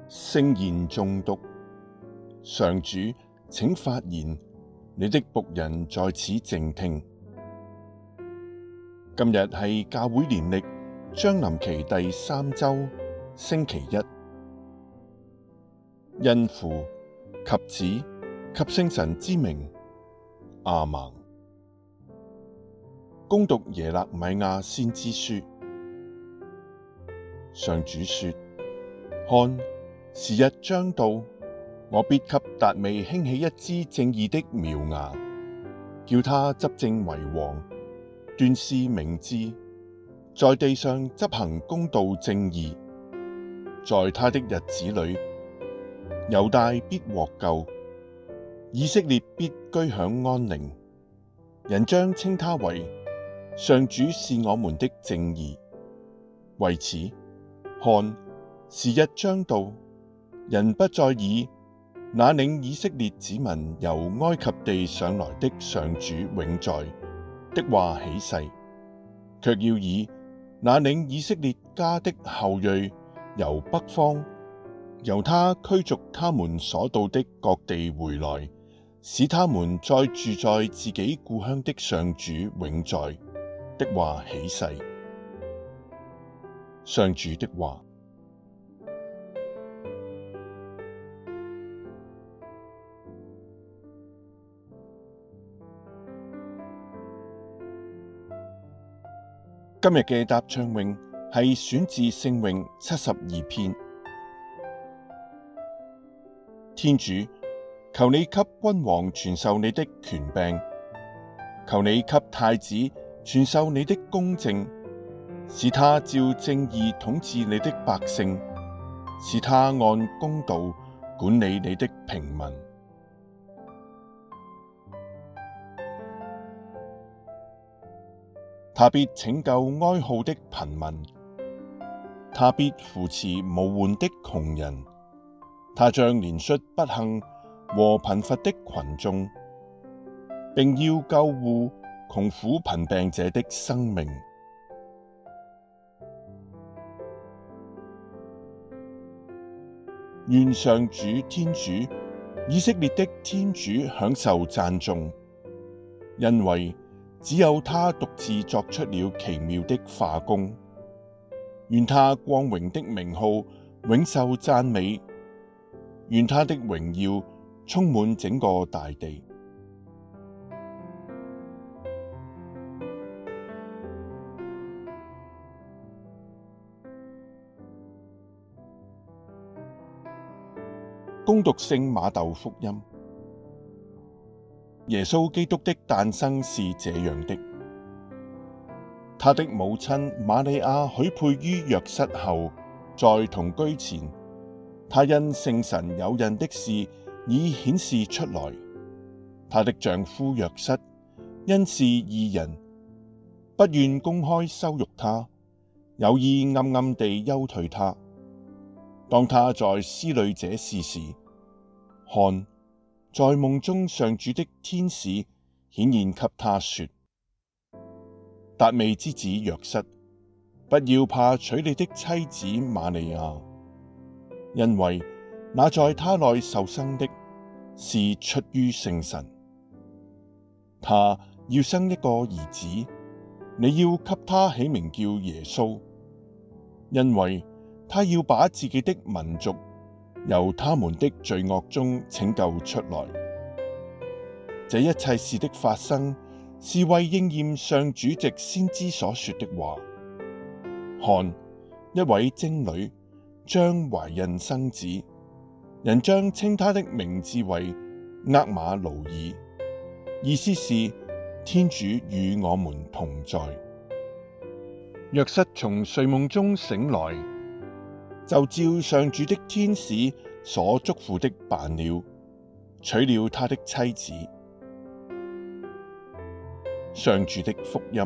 聖言誦讀。上主，請發言，你的僕人在此靜聽。今日係教會年曆將臨期第3週星期一，因父及子及聖神之名，阿們。恭讀耶肋米亞先知書。上主說：看，時日將到，我必給達味興起一枝正義的苗芽，叫他執政為王，斷事明智，在地上執行公道正義。在他的日子裏，猶大必獲救，以色列必居享安寧。人將稱他為上主是我們的正義。為此，看，時日將到，人不再以那領以色列子民由埃及地上來的上主永在的話起誓，卻要以那領以色列家的後裔由北方，由他驅逐他們所到的各地回來，使他們再住在自己故鄉的上主永在的話起誓。上主的話。今日嘅答唱詠係選自聖詠72篇。天主，求你給君王傳授你的權柄，求你給太子傳授你的公正，使他照正義統治你的百姓，使他按公道管理你的平民。他必拯救哀號的貧民，他必扶持無援的窮人，他將憐恤不幸和貧乏的群眾，並要救護窮苦貧病者的生命。願上主天主，以色列的天主享受讚頌，因為只有他獨自作出了奇妙的化工。願他光榮的名號永受讚美，願他的榮耀充滿整個大地。恭讀聖瑪竇福音。耶穌基督的誕生是這樣的：他的母親瑪利亞許配於若瑟後，在同居前，她因聖神有孕的事已顯示出來。她的丈夫若瑟因是義人，不願公開羞辱她，有意暗暗地休退她。當她在思慮這事時，看，在夢中上主的天使顯現給她說：達味之子若瑟，不要怕娶你的妻子瑪利亞，因為那在她內受生的，是出於聖神。她要生一個兒子，你要給他起名叫耶穌，因為他要把自己的民族由他們的罪惡中拯救出來。這一切事的發生，是為應驗上主藉先知所說的話：看，一位貞女將懷孕生子，人將稱他的名字為厄瑪奴耳，意思是天主與我們同在。若瑟從睡夢中醒來，就照上主的天使所囑咐的辦了，娶了他的妻子。上主的福音。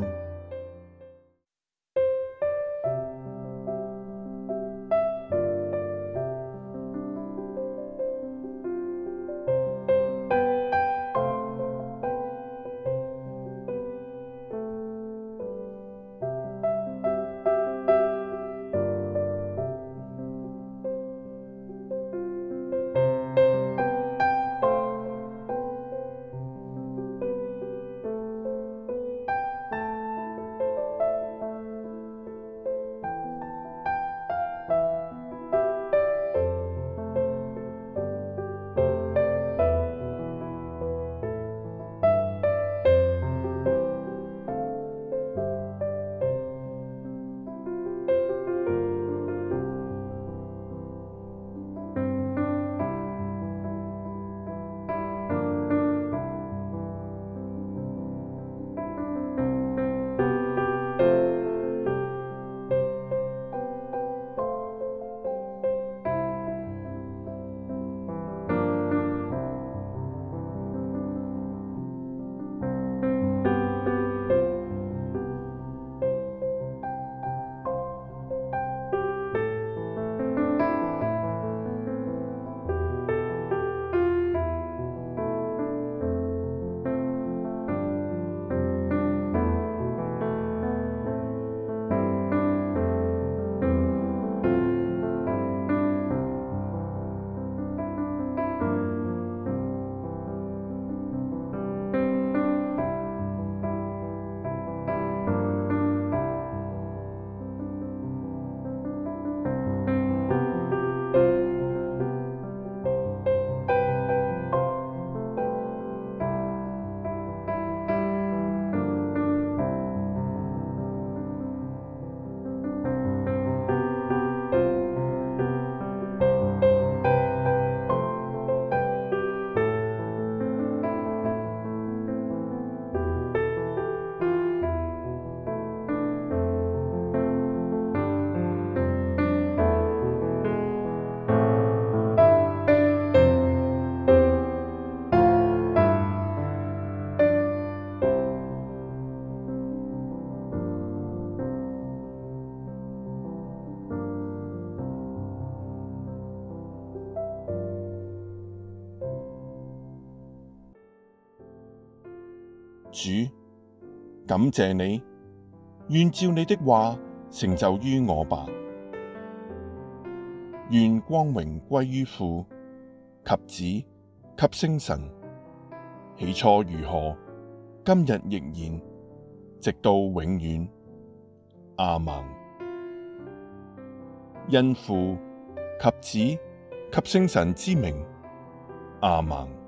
主，感謝你，願照你的話成就於我吧。願光榮歸於父及子及聖神，起初如何，今日亦然，直到永遠。阿們。因父及子及聖神之名。阿們。